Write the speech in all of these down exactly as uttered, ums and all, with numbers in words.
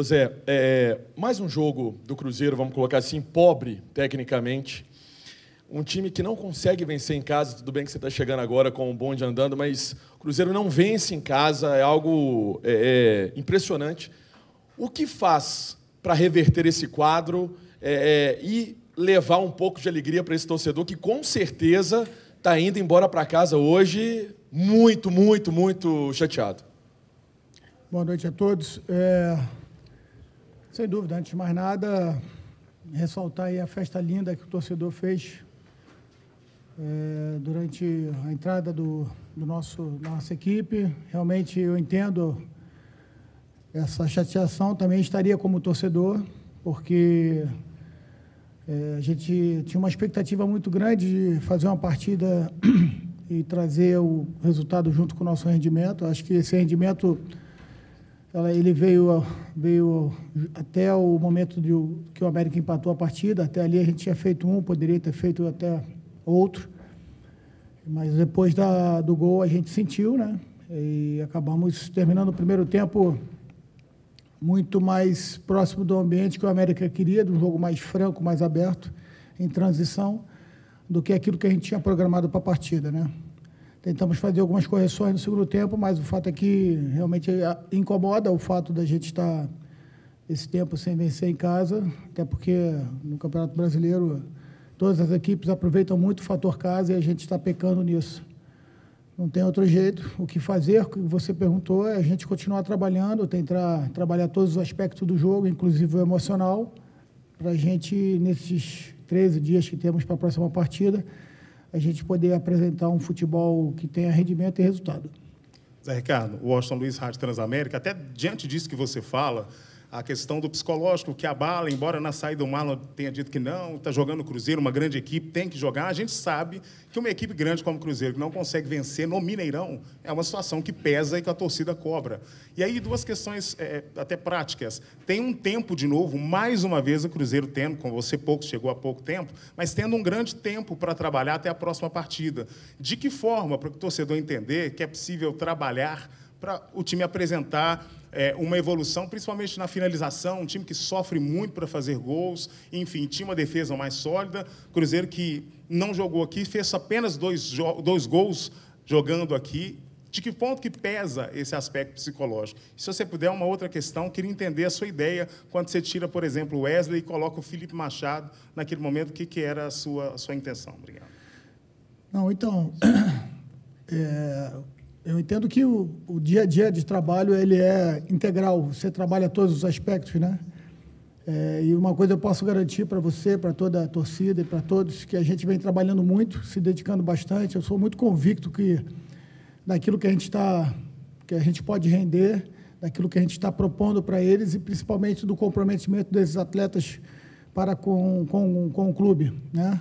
Zé, é, mais um jogo do Cruzeiro, vamos colocar assim, pobre, tecnicamente. Um time que não consegue vencer em casa, tudo bem que você está chegando agora com o bonde andando, mas o Cruzeiro não vence em casa, é algo é, é, impressionante. O que faz para reverter esse quadro é, é, e levar um pouco de alegria para esse torcedor que, com certeza, está indo embora para casa hoje muito, muito, muito chateado? Boa noite a todos. É, sem dúvida, antes de mais nada, ressaltar aí a festa linda que o torcedor fez é, durante a entrada do, do nosso, da nossa equipe. Realmente eu entendo essa chateação, também estaria como torcedor, porque é, a gente tinha uma expectativa muito grande de fazer uma partida e trazer o resultado junto com o nosso rendimento. Acho que esse rendimento ele veio, veio até o momento de, que o América empatou a partida. Até ali a gente tinha feito um, poderia ter feito até outro, mas depois da, do gol a gente sentiu, né? E acabamos terminando o primeiro tempo muito mais próximo do ambiente que o América queria, de um jogo mais franco, mais aberto, em transição, do que aquilo que a gente tinha programado para a partida, né? Tentamos fazer algumas correções no segundo tempo, mas o fato é que realmente incomoda o fato da gente estar esse tempo sem vencer em casa, até porque no Campeonato Brasileiro todas as equipes aproveitam muito o fator casa e a gente está pecando nisso. Não tem outro jeito. O que fazer, o que você perguntou, é a gente continuar trabalhando, tentar trabalhar todos os aspectos do jogo, inclusive o emocional, para a gente, nesses treze dias que temos para a próxima partida, a gente poder apresentar um futebol que tenha rendimento e resultado. Zé Ricardo, o Washington Luiz, Rádio Transamérica, até diante disso que você fala, a questão do psicológico que abala, embora na saída o Marlon tenha dito que não, está jogando o Cruzeiro, uma grande equipe, tem que jogar, a gente sabe que uma equipe grande como o Cruzeiro, que não consegue vencer no Mineirão, é uma situação que pesa e que a torcida cobra. E aí, duas questões é, até práticas. Tem um tempo, de novo, mais uma vez o Cruzeiro tendo, com você pouco, chegou há pouco tempo, mas tendo um grande tempo para trabalhar até a próxima partida. De que forma, para o torcedor entender que é possível trabalhar para o time apresentar é, uma evolução, principalmente na finalização, um time que sofre muito para fazer gols, enfim, tinha uma defesa mais sólida, Cruzeiro que não jogou aqui, fez apenas dois, dois gols jogando aqui. De que ponto que pesa esse aspecto psicológico? Se você puder, uma outra questão, queria entender a sua ideia quando você tira, por exemplo, o Wesley e coloca o Felipe Machado naquele momento, o que, que era a sua, a sua intenção? Obrigado. Não, então, é, eu entendo que o, o dia a dia de trabalho ele é integral, você trabalha todos os aspectos, né? É, e uma coisa eu posso garantir para você, para toda a torcida e para todos, que a gente vem trabalhando muito, se dedicando bastante. Eu sou muito convicto que daquilo que a gente está, que a gente pode render, daquilo que a gente está propondo para eles e principalmente do comprometimento desses atletas para com, com, com o clube, né?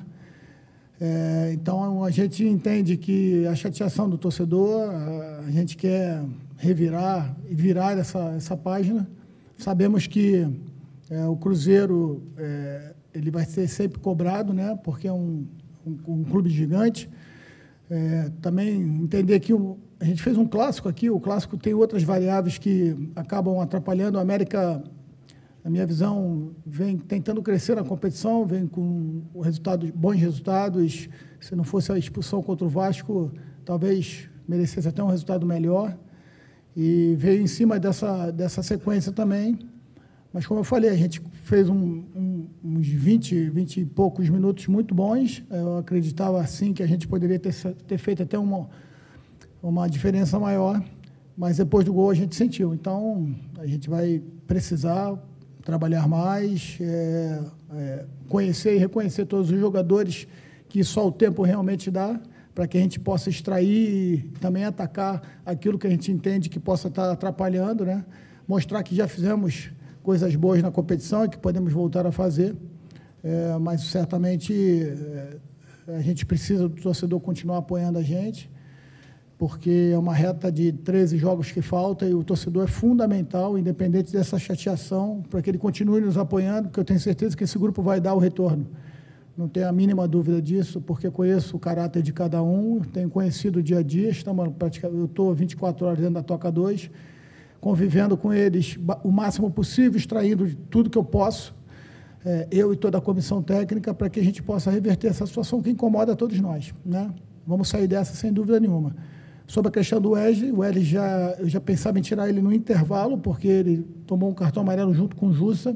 É, então, a gente entende que a chateação do torcedor, a gente quer revirar e virar essa, essa página. Sabemos que é, o Cruzeiro é, ele vai ser sempre cobrado, né, porque é um, um, um clube gigante. É, também entender que o, a gente fez um clássico aqui, o clássico tem outras variáveis que acabam atrapalhando. A América, na minha visão, vem tentando crescer na competição, vem com resultados, bons resultados. Se não fosse a expulsão contra o Vasco, talvez merecesse até um resultado melhor. E veio em cima dessa, dessa sequência também. Mas, como eu falei, a gente fez um, um, uns vinte, vinte e poucos minutos muito bons. Eu acreditava, assim, que a gente poderia ter, ter feito até uma, uma diferença maior. Mas, depois do gol, a gente sentiu. Então, a gente vai precisar trabalhar mais, é, é, conhecer e reconhecer todos os jogadores que só o tempo realmente dá, para que a gente possa extrair e também atacar aquilo que a gente entende que possa estar atrapalhando, né? Mostrar que já fizemos coisas boas na competição e que podemos voltar a fazer, é, mas certamente é, a gente precisa do torcedor continuar apoiando a gente, porque é uma reta de treze jogos que falta e o torcedor é fundamental, independente dessa chateação, para que ele continue nos apoiando, porque eu tenho certeza que esse grupo vai dar o retorno. Não tenho a mínima dúvida disso, porque conheço o caráter de cada um, tenho conhecido o dia a dia, estamos praticamente, eu estou vinte e quatro horas dentro da Toca dois, convivendo com eles o máximo possível, extraindo de tudo que eu posso, é, eu e toda a comissão técnica, para que a gente possa reverter essa situação que incomoda a todos nós, né? Vamos sair dessa sem dúvida nenhuma. Sobre a questão do Wesley, o Wesley já, eu já pensava em tirar ele no intervalo, porque ele tomou um cartão amarelo junto com o Jussa,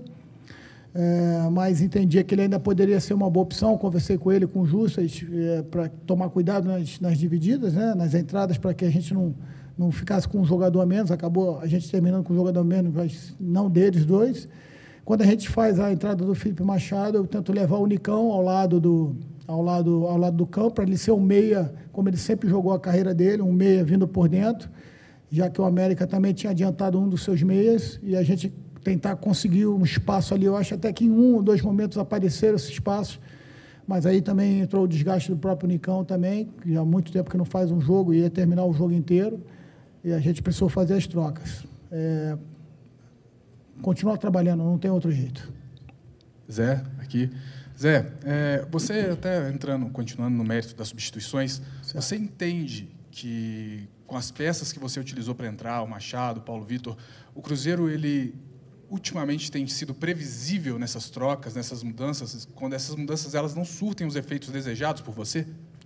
é, mas entendia que ele ainda poderia ser uma boa opção. Conversei com ele, com o Jussa, é, para tomar cuidado nas, nas divididas, né, nas entradas, para que a gente não, não ficasse com um jogador a menos. Acabou a gente terminando com um jogador a menos, mas não deles dois. Quando a gente faz a entrada do Felipe Machado, eu tento levar o Nicão ao lado do... Ao lado, ao lado do campo, para ele ser um meia, como ele sempre jogou a carreira dele, um meia vindo por dentro, já que o América também tinha adiantado um dos seus meias, e a gente tentar conseguir um espaço ali. Eu acho até que em um ou dois momentos apareceram esses espaços, mas aí também entrou o desgaste do próprio Nicão também, que há muito tempo que não faz um jogo, e ia terminar o jogo inteiro, e a gente precisou fazer as trocas. É, continuar trabalhando, não tem outro jeito. Zé, aqui... Zé, é, você até entrando, continuando no mérito das substituições, certo. Você entende que com as peças que você utilizou para entrar, o Machado, o Paulo Vitor, o Cruzeiro, ele ultimamente tem sido previsível nessas trocas, nessas mudanças, quando essas mudanças elas não surtem os efeitos desejados por você?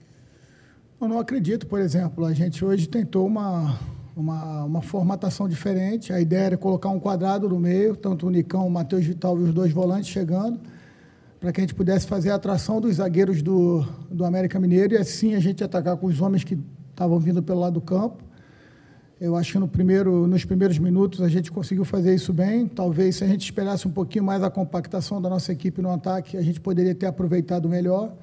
Eu não acredito, por exemplo, a gente hoje tentou uma, uma, uma formatação diferente, a ideia era colocar um quadrado no meio, tanto o Nicão, o Matheus Vital e os dois volantes chegando, para que a gente pudesse fazer a atração dos zagueiros do, do América Mineiro e assim a gente atacar com os homens que estavam vindo pelo lado do campo. Eu acho que no primeiro, nos primeiros minutos a gente conseguiu fazer isso bem. Talvez se a gente esperasse um pouquinho mais a compactação da nossa equipe no ataque, a gente poderia ter aproveitado melhor,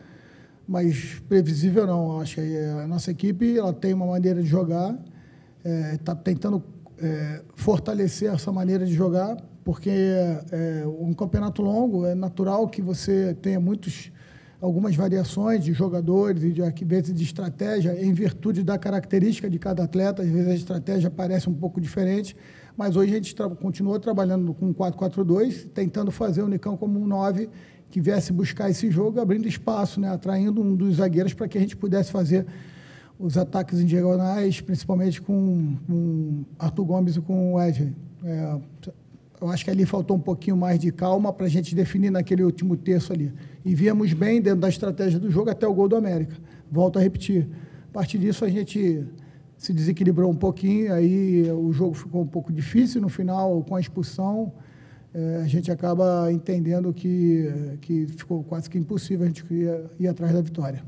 mas previsível não. Eu acho que a nossa equipe ela tem uma maneira de jogar, está é, tentando é, fortalecer essa maneira de jogar, porque é, um campeonato longo, é natural que você tenha muitos, algumas variações de jogadores e de, às vezes de estratégia, em virtude da característica de cada atleta. Às vezes a estratégia parece um pouco diferente, mas hoje a gente tra continuou trabalhando com quatro quatro dois, tentando fazer o Nicão como um nove que viesse buscar esse jogo, abrindo espaço, né, atraindo um dos zagueiros para que a gente pudesse fazer os ataques em diagonais, principalmente com, com Arthur Gomes e com o Wesley. É, eu acho que ali faltou um pouquinho mais de calma para a gente definir naquele último terço ali. E víamos bem dentro da estratégia do jogo até o gol do América. Volto a repetir. A partir disso, a gente se desequilibrou um pouquinho, aí o jogo ficou um pouco difícil. No final, com a expulsão, é, a gente acaba entendendo que, que ficou quase que impossível a gente ir, ir atrás da vitória.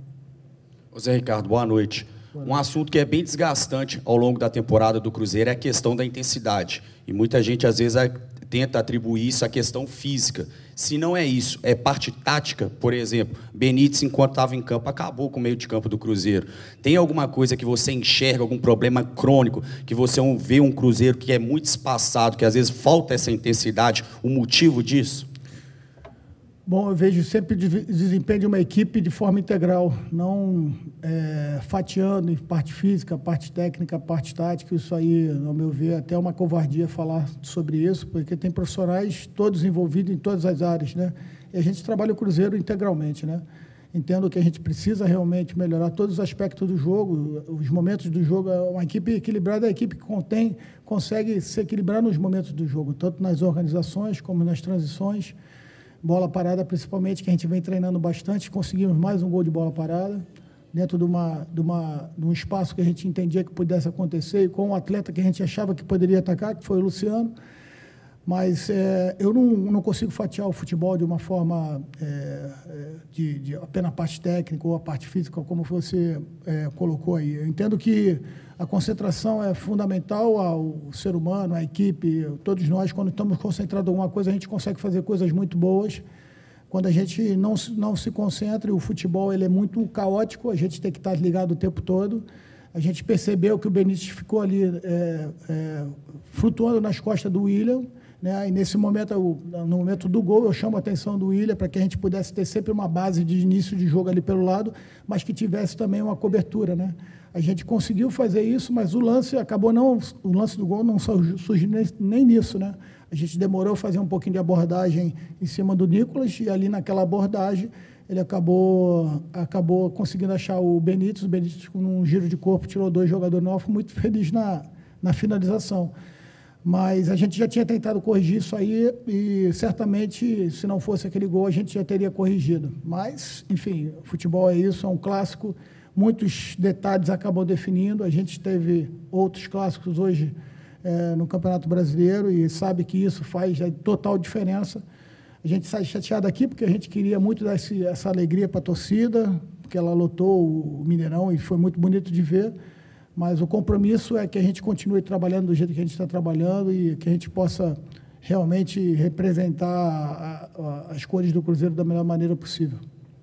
Ô Zé Ricardo, boa noite. Um assunto que é bem desgastante ao longo da temporada do Cruzeiro é a questão da intensidade. E muita gente, às vezes, tenta atribuir isso à questão física. Se não é isso, é parte tática, por exemplo, Benítez, enquanto estava em campo, acabou com o meio de campo do Cruzeiro. Tem alguma coisa que você enxerga, algum problema crônico, que você vê um Cruzeiro que é muito espaçado, que às vezes falta essa intensidade, o motivo disso? Bom, eu vejo sempre o desempenho de uma equipe de forma integral, não é, fatiando em parte física, parte técnica, parte tática. Isso aí, ao meu ver, até é uma covardia falar sobre isso, porque tem profissionais todos envolvidos em todas as áreas, né? E a gente trabalha o Cruzeiro integralmente, né? Entendo que a gente precisa realmente melhorar todos os aspectos do jogo, os momentos do jogo. Uma equipe equilibrada é a equipe que contém, consegue se equilibrar nos momentos do jogo, tanto nas organizações como nas transições. Bola parada, principalmente, que a gente vem treinando bastante. Conseguimos mais um gol de bola parada, dentro de, uma, de, uma, de um espaço que a gente entendia que pudesse acontecer, e com um atleta que a gente achava que poderia atacar, que foi o Luciano. Mas é, eu não, não consigo fatiar o futebol de uma forma é, de, de apenas a parte técnica ou a parte física, como você é, colocou aí. Eu entendo que a concentração é fundamental ao ser humano, à equipe. Todos nós, quando estamos concentrados em alguma coisa, a gente consegue fazer coisas muito boas. Quando a gente não, não se concentra, e o futebol ele é muito caótico, a gente tem que estar ligado o tempo todo. A gente percebeu que o Benítez ficou ali é, é, flutuando nas costas do William, né? E nesse momento, no momento do gol, eu chamo a atenção do William para que a gente pudesse ter sempre uma base de início de jogo ali pelo lado, mas que tivesse também uma cobertura, né? A gente conseguiu fazer isso, mas o lance acabou não, o lance do gol não surgiu nem, nem nisso, né? A gente demorou a fazer um pouquinho de abordagem em cima do Nicolas, e ali naquela abordagem ele acabou, acabou conseguindo achar o Benítez. O Benítez, com um giro de corpo, tirou dois jogadores novos, muito feliz na, na finalização. Mas a gente já tinha tentado corrigir isso aí e, certamente, se não fosse aquele gol, a gente já teria corrigido. Mas, enfim, futebol é isso, é um clássico, muitos detalhes acabam definindo. A gente teve outros clássicos hoje é, no Campeonato Brasileiro e sabe que isso faz a total diferença. A gente sai chateado aqui porque a gente queria muito dar esse, essa alegria para a torcida, porque ela lotou o Mineirão e foi muito bonito de ver. Mas o compromisso é que a gente continue trabalhando do jeito que a gente está trabalhando e que a gente possa realmente representar a, a, as cores do Cruzeiro da melhor maneira possível.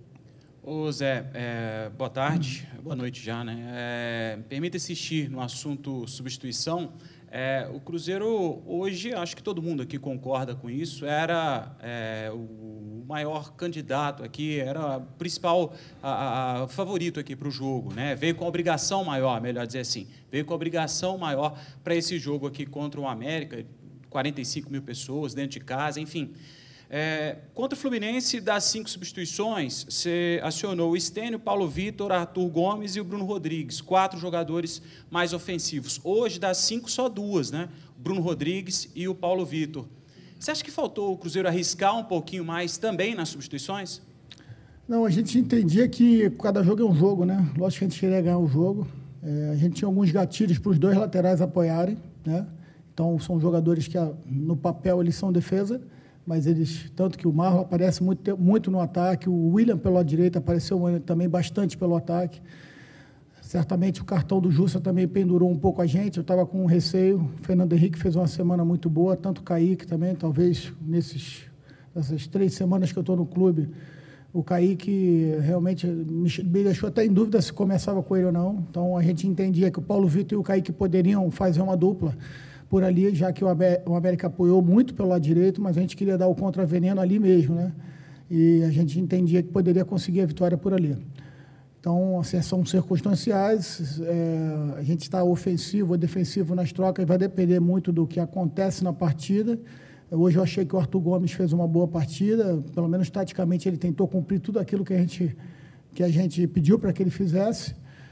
Ô Zé, é, boa tarde, boa noite já, né? É, permita insistir no assunto substituição. É, o Cruzeiro, hoje, acho que todo mundo aqui concorda com isso, era é, o maior candidato aqui, era o principal a, a, favorito aqui para o jogo, né? Veio com a obrigação maior, melhor dizer assim, veio com a obrigação maior para esse jogo aqui contra o América, quarenta e cinco mil pessoas dentro de casa, enfim. É, contra o Fluminense, das cinco substituições, você acionou o Stênio, Paulo Vitor, Arthur Gomes e o Bruno Rodrigues, quatro jogadores mais ofensivos. Hoje, das cinco, só duas, né? O Bruno Rodrigues e o Paulo Vitor. Você acha que faltou o Cruzeiro arriscar um pouquinho mais também nas substituições? Não, a gente entendia que cada jogo é um jogo, né? Lógico que a gente queria ganhar o jogo. É, a gente tinha alguns gatilhos para os dois laterais apoiarem, né? Então, são jogadores que, no papel, eles são defesa, mas eles, tanto que o Marlon aparece muito, muito no ataque, o William pelo lado direito apareceu também bastante pelo ataque. Certamente o cartão do Jussa também pendurou um pouco a gente, eu estava com um receio. O Fernando Henrique fez uma semana muito boa, tanto o Kaique também, talvez nesses, nessas três semanas que eu estou no clube, o Kaique realmente me, me deixou até em dúvida se começava com ele ou não. Então a gente entendia que o Paulo Vitor e o Kaique poderiam fazer uma dupla por ali, já que o América apoiou muito pelo lado direito, mas a gente queria dar o contraveneno ali mesmo, né? E a gente entendia que poderia conseguir a vitória por ali. Então, assim, são circunstanciais, é, a gente está ofensivo ou defensivo nas trocas, vai depender muito do que acontece na partida. Hoje eu achei que o Arthur Gomes fez uma boa partida, pelo menos taticamente ele tentou cumprir tudo aquilo que a gente, que a gente pediu para que ele fizesse.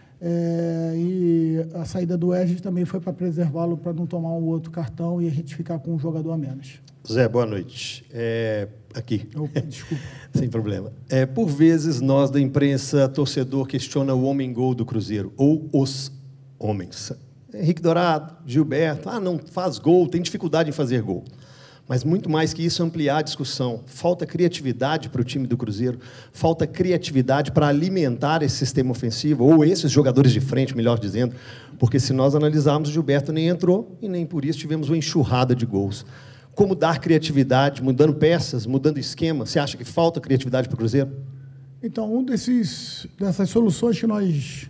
É, e a saída do Wesley também foi para preservá-lo, para não tomar um outro cartão e a gente ficar com um jogador a menos. Zé, boa noite. É, aqui. Opa, desculpa. Sem problema. É, por vezes, nós da imprensa, torcedor, questiona o homem-gol do Cruzeiro, ou os homens. Henrique Dourado, Gilberto, ah, não faz gol, tem dificuldade em fazer gol. Mas, muito mais que isso, ampliar a discussão. Falta criatividade para o time do Cruzeiro, falta criatividade para alimentar esse sistema ofensivo, ou esses jogadores de frente, melhor dizendo, porque, se nós analisarmos, o Gilberto nem entrou e nem por isso tivemos uma enxurrada de gols. Como dar criatividade, mudando peças, mudando esquema? Você acha que falta criatividade para o Cruzeiro? Então, um desses, dessas soluções que nós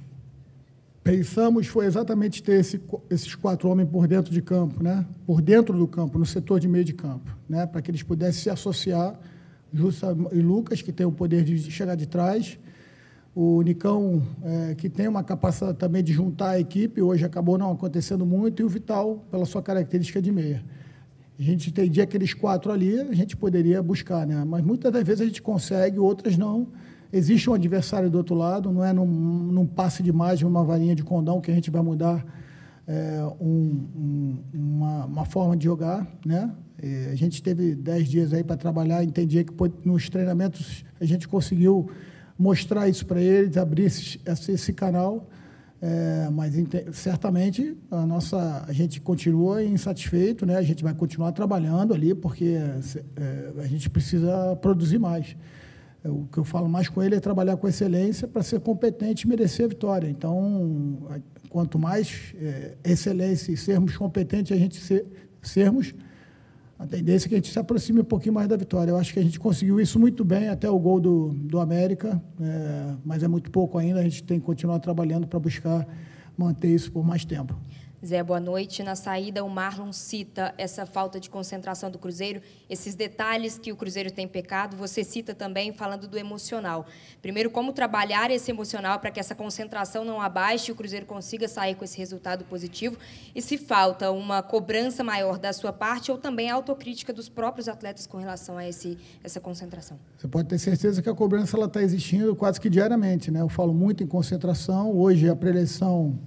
pensamos foi exatamente ter esse, esses quatro homens por dentro de campo, né? Por dentro do campo, no setor de meio de campo, né? Para que eles pudessem se associar, Jussa e Lucas, que tem o poder de chegar de trás, o Nicão, é, que tem uma capacidade também de juntar a equipe, hoje acabou não acontecendo muito, e o Vital, pela sua característica de meia. A gente entendia aqueles quatro ali, a gente poderia buscar, né? Mas muitas das vezes a gente consegue, outras não. Existe um adversário do outro lado, não é num, num passe de mágica, uma varinha de condão que a gente vai mudar é, um, um, uma, uma forma de jogar, né? E a gente teve dez dias aí para trabalhar, entendia que nos treinamentos a gente conseguiu mostrar isso para eles, abrir esse, esse canal. É, mas certamente a nossa a gente continua insatisfeito, né? A gente vai continuar trabalhando ali porque é, a gente precisa produzir mais. O que eu falo mais com ele é trabalhar com excelência para ser competente e merecer a vitória. Então, quanto mais é, excelência e sermos competentes a gente ser, sermos, a tendência é que a gente se aproxime um pouquinho mais da vitória. Eu acho que a gente conseguiu isso muito bem até o gol do, do América, é, mas é muito pouco ainda, a gente tem que continuar trabalhando para buscar manter isso por mais tempo. Zé, boa noite. Na saída, o Marlon cita essa falta de concentração do Cruzeiro, esses detalhes que o Cruzeiro tem pecado. Você cita também, falando do emocional. Primeiro, como trabalhar esse emocional para que essa concentração não abaixe e o Cruzeiro consiga sair com esse resultado positivo. E se falta uma cobrança maior da sua parte ou também a autocrítica dos próprios atletas com relação a esse, essa concentração. Você pode ter certeza que a cobrança está existindo quase que diariamente, né? Eu falo muito em concentração. Hoje, a preleção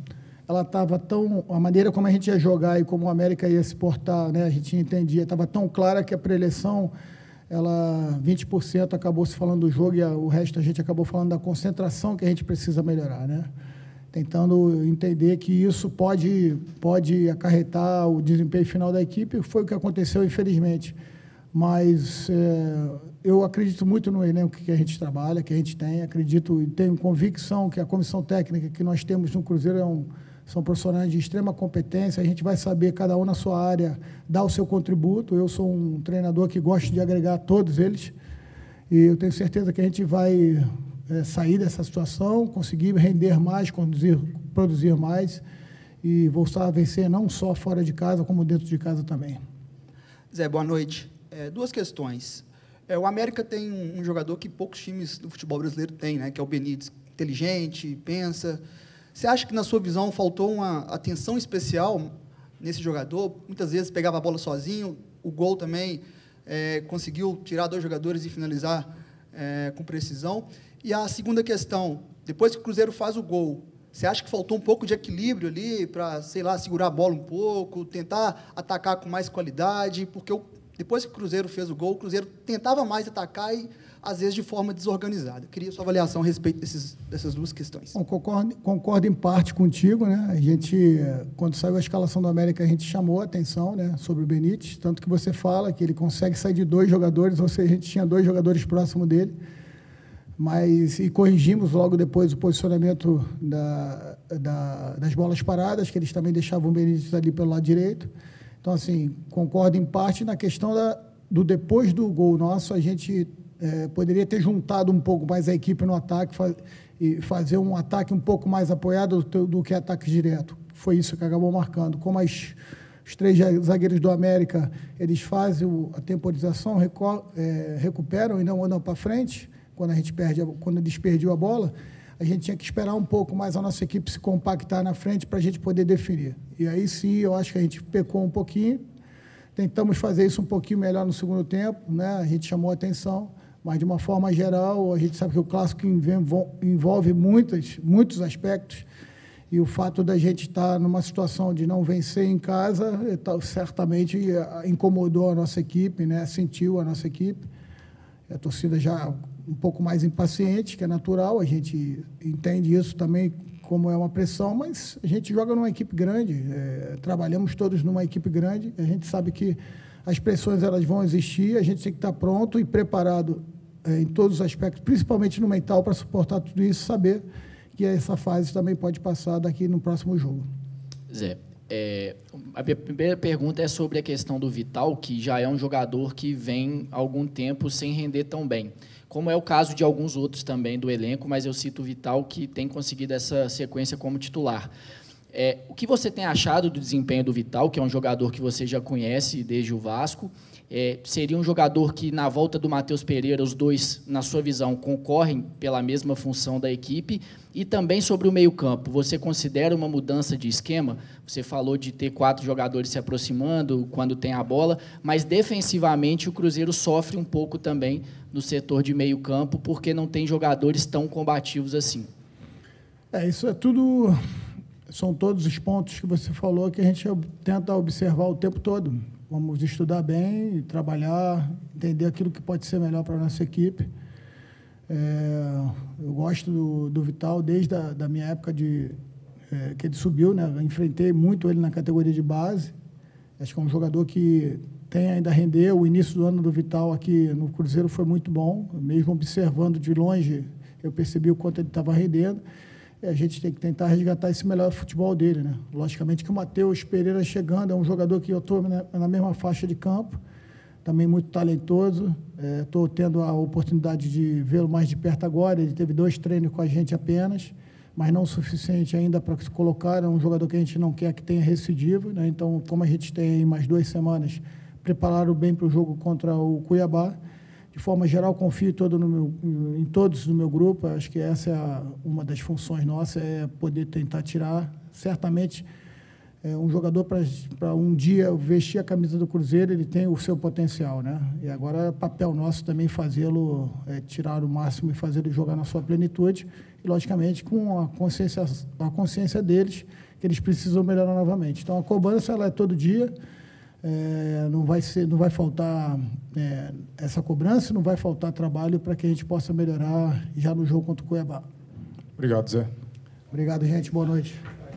ela estava tão... A maneira como a gente ia jogar e como o América ia se portar, né, a gente entendia, estava tão clara que a pré-eleição, ela, vinte por cento acabou se falando do jogo e a, o resto a gente acabou falando da concentração que a gente precisa melhorar, né? Tentando entender que isso pode, pode acarretar o desempenho final da equipe, foi o que aconteceu, infelizmente. Mas é, eu acredito muito no elenco que a gente trabalha, que a gente tem, acredito e tenho convicção que a comissão técnica que nós temos no Cruzeiro é um, são profissionais de extrema competência, a gente vai saber, cada um na sua área, dar o seu contributo. Eu sou um treinador que gosta de agregar todos eles, e eu tenho certeza que a gente vai é, sair dessa situação, conseguir render mais, conduzir, produzir mais, e voltar a vencer não só fora de casa, como dentro de casa também. Zé, boa noite. É, duas questões. É, o América tem um, um jogador que poucos times do futebol brasileiro têm, né, que é o Benítez, inteligente, pensa. Você acha que, na sua visão, faltou uma atenção especial nesse jogador? Muitas vezes pegava a bola sozinho, o gol também é, conseguiu tirar dois jogadores e finalizar é, com precisão. E a segunda questão, depois que o Cruzeiro faz o gol, você acha que faltou um pouco de equilíbrio ali para, sei lá, segurar a bola um pouco, tentar atacar com mais qualidade? Porque o Depois que o Cruzeiro fez o gol, o Cruzeiro tentava mais atacar e, às vezes, de forma desorganizada. Eu queria sua avaliação a respeito desses, dessas duas questões. Bom, concordo, concordo em parte contigo, né? A gente, quando saiu a escalação do América, a gente chamou a atenção, né, sobre o Benítez, tanto que você fala que ele consegue sair de dois jogadores, ou seja, a gente tinha dois jogadores próximos dele, mas e corrigimos logo depois o posicionamento da, da, das bolas paradas, que eles também deixavam o Benítez ali pelo lado direito. Então, assim, concordo em parte na questão da, do depois do gol nosso, a gente é, poderia ter juntado um pouco mais a equipe no ataque fa e fazer um ataque um pouco mais apoiado do, do que ataque direto. Foi isso que acabou marcando. Como as, os três zagueiros do América, eles fazem o, a temporização, recu é, recuperam e não andam para frente, quando, a gente perde a, quando eles perdiam a bola, a gente tinha que esperar um pouco mais a nossa equipe se compactar na frente para a gente poder definir. E aí sim, eu acho que a gente pecou um pouquinho, tentamos fazer isso um pouquinho melhor no segundo tempo, né? A gente chamou a atenção, mas de uma forma geral, a gente sabe que o clássico envolve muitas, muitos aspectos, e o fato da gente estar numa situação de não vencer em casa, certamente incomodou a nossa equipe, né? Sentiu a nossa equipe, a torcida já um pouco mais impaciente, que é natural, a gente entende isso também como é uma pressão, mas a gente joga numa equipe grande, é, trabalhamos todos numa equipe grande, a gente sabe que as pressões elas vão existir, a gente tem que estar pronto e preparado é, em todos os aspectos, principalmente no mental, para suportar tudo isso, saber que essa fase também pode passar daqui no próximo jogo. Zé, é, a minha primeira pergunta é sobre a questão do Vital, que já é um jogador que vem há algum tempo sem render tão bem, como é o caso de alguns outros também do elenco, mas eu cito o Vital, que tem conseguido essa sequência como titular. É, o que você tem achado do desempenho do Vital, que é um jogador que você já conhece desde o Vasco? É, seria um jogador que, na volta do Matheus Pereira, os dois, na sua visão, concorrem pela mesma função da equipe? E também sobre o meio-campo, você considera uma mudança de esquema? Você falou de ter quatro jogadores se aproximando quando tem a bola, mas defensivamente o Cruzeiro sofre um pouco também no setor de meio-campo, porque não tem jogadores tão combativos assim. É, isso é tudo... São todos os pontos que você falou que a gente tenta observar o tempo todo. Vamos estudar bem, trabalhar, entender aquilo que pode ser melhor para a nossa equipe. É, eu gosto do, do Vital desde a da minha época de, é, que ele subiu, né? Eu enfrentei muito ele na categoria de base. Acho que é um jogador que tem ainda a render. O início do ano do Vital aqui no Cruzeiro foi muito bom. Mesmo observando de longe, eu percebi o quanto ele estava rendendo. E a gente tem que tentar resgatar esse melhor futebol dele, né? Logicamente que o Matheus Pereira chegando é um jogador que eu estou na, na mesma faixa de campo, também muito talentoso. Estou é, tendo a oportunidade de vê-lo mais de perto agora. Ele teve dois treinos com a gente apenas, mas não o suficiente ainda para se colocar. É um jogador que a gente não quer que tenha recidivo, né? Então, como a gente tem aí mais duas semanas, prepararam bem para o jogo contra o Cuiabá. De forma geral, confio todo no meu, em todos no meu grupo. Acho que essa é a, uma das funções nossas, é poder tentar tirar. Certamente, É, um jogador, para um dia vestir a camisa do Cruzeiro, ele tem o seu potencial, né? E agora é papel nosso também fazê-lo, é, tirar o máximo e fazê-lo jogar na sua plenitude, e, logicamente, com a consciência, a consciência deles, que eles precisam melhorar novamente. Então, a cobrança ela é todo dia, é, não, vai ser, não vai faltar é, essa cobrança, não vai faltar trabalho para que a gente possa melhorar já no jogo contra o Cuiabá. Obrigado, Zé. Obrigado, gente. Boa noite.